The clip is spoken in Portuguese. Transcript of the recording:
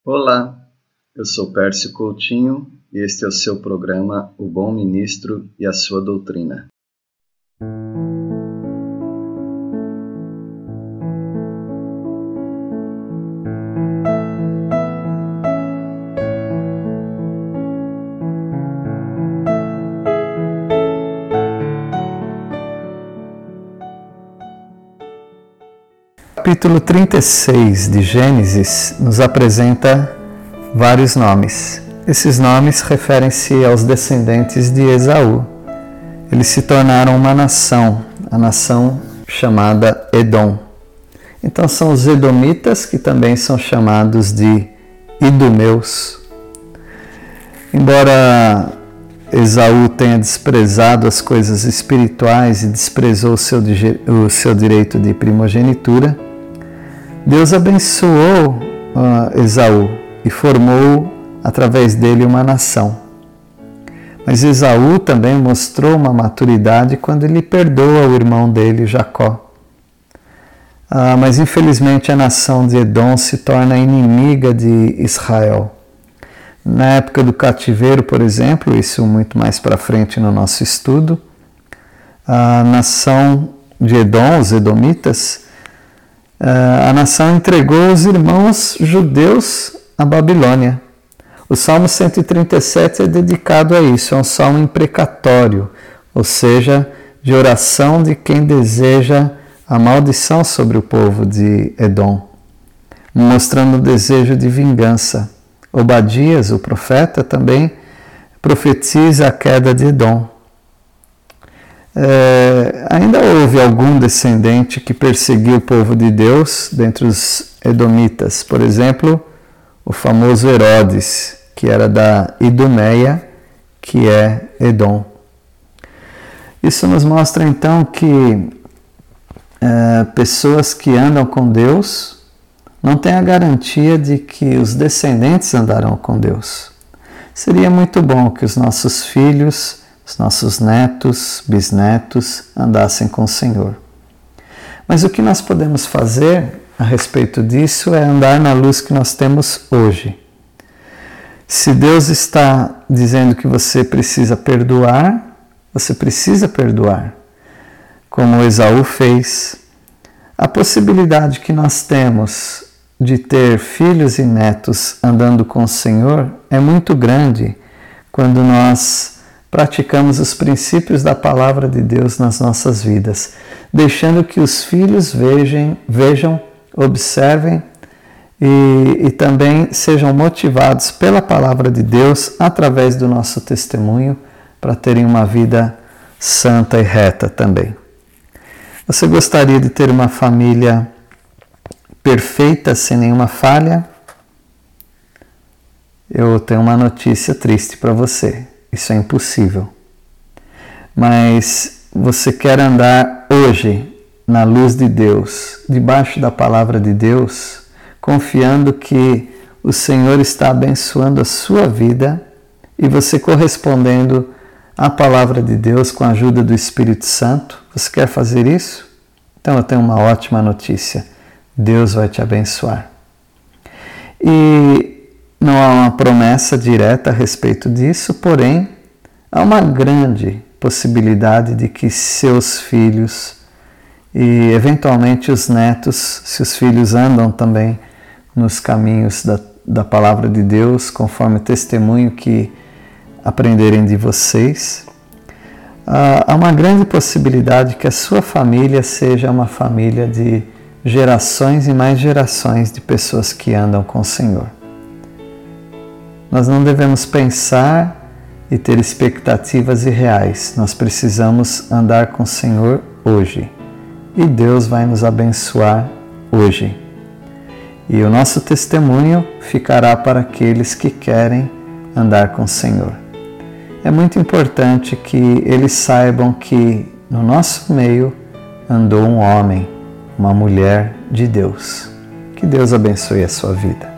Olá, eu sou Pércio Coutinho e este é o seu programa O Bom Ministro e a Sua Doutrina. Capítulo 36 de Gênesis nos apresenta vários nomes. Esses nomes referem-se aos descendentes de Esaú. Eles se tornaram uma nação, a nação chamada Edom. Então são os edomitas, que também são chamados de idumeus. Embora Esaú tenha desprezado as coisas espirituais e desprezou o seu direito de primogenitura, Deus abençoou Esaú e formou através dele uma nação. Mas Esaú também mostrou uma maturidade quando ele perdoa o irmão dele, Jacó. Mas infelizmente a nação de Edom se torna inimiga de Israel. Na época do cativeiro, por exemplo, isso muito mais para frente no nosso estudo, a nação de Edom, os edomitas, a nação entregou os irmãos judeus à Babilônia. O Salmo 137 é dedicado a isso, é um salmo imprecatório, ou seja, de oração de quem deseja a maldição sobre o povo de Edom, mostrando o desejo de vingança. Obadias, o profeta, também profetiza a queda de Edom. Ainda houve algum descendente que perseguiu o povo de Deus dentre os edomitas. Por exemplo, o famoso Herodes, que era da Idumeia, que é Edom. Isso nos mostra então que pessoas que andam com Deus não têm a garantia de que os descendentes andarão com Deus. Seria muito bom que os nossos filhos, os nossos netos, bisnetos andassem com o Senhor. Mas o que nós podemos fazer a respeito disso é andar na luz que nós temos hoje. Se Deus está dizendo que você precisa perdoar, você precisa perdoar, como Esaú fez. A possibilidade que nós temos de ter filhos e netos andando com o Senhor é muito grande quando nós praticamos os princípios da palavra de Deus nas nossas vidas, deixando que os filhos vejam, observem e também sejam motivados pela palavra de Deus através do nosso testemunho para terem uma vida santa e reta também. Você gostaria de ter uma família perfeita, sem nenhuma falha? Eu tenho uma notícia triste para você. Isso é impossível. Mas você quer andar hoje na luz de Deus, debaixo da palavra de Deus, confiando que o Senhor está abençoando a sua vida e você correspondendo à palavra de Deus com a ajuda do Espírito Santo? Você quer fazer isso? Então eu tenho uma ótima notícia. Deus vai te abençoar. E não há uma promessa direta a respeito disso, porém, há uma grande possibilidade de que seus filhos e, eventualmente, os netos, se os filhos andam também nos caminhos da palavra de Deus, conforme o testemunho que aprenderem de vocês, há uma grande possibilidade que a sua família seja uma família de gerações e mais gerações de pessoas que andam com o Senhor. Nós não devemos pensar e ter expectativas irreais. Nós precisamos andar com o Senhor hoje. E Deus vai nos abençoar hoje. E o nosso testemunho ficará para aqueles que querem andar com o Senhor. É muito importante que eles saibam que no nosso meio andou um homem, uma mulher de Deus. Que Deus abençoe a sua vida.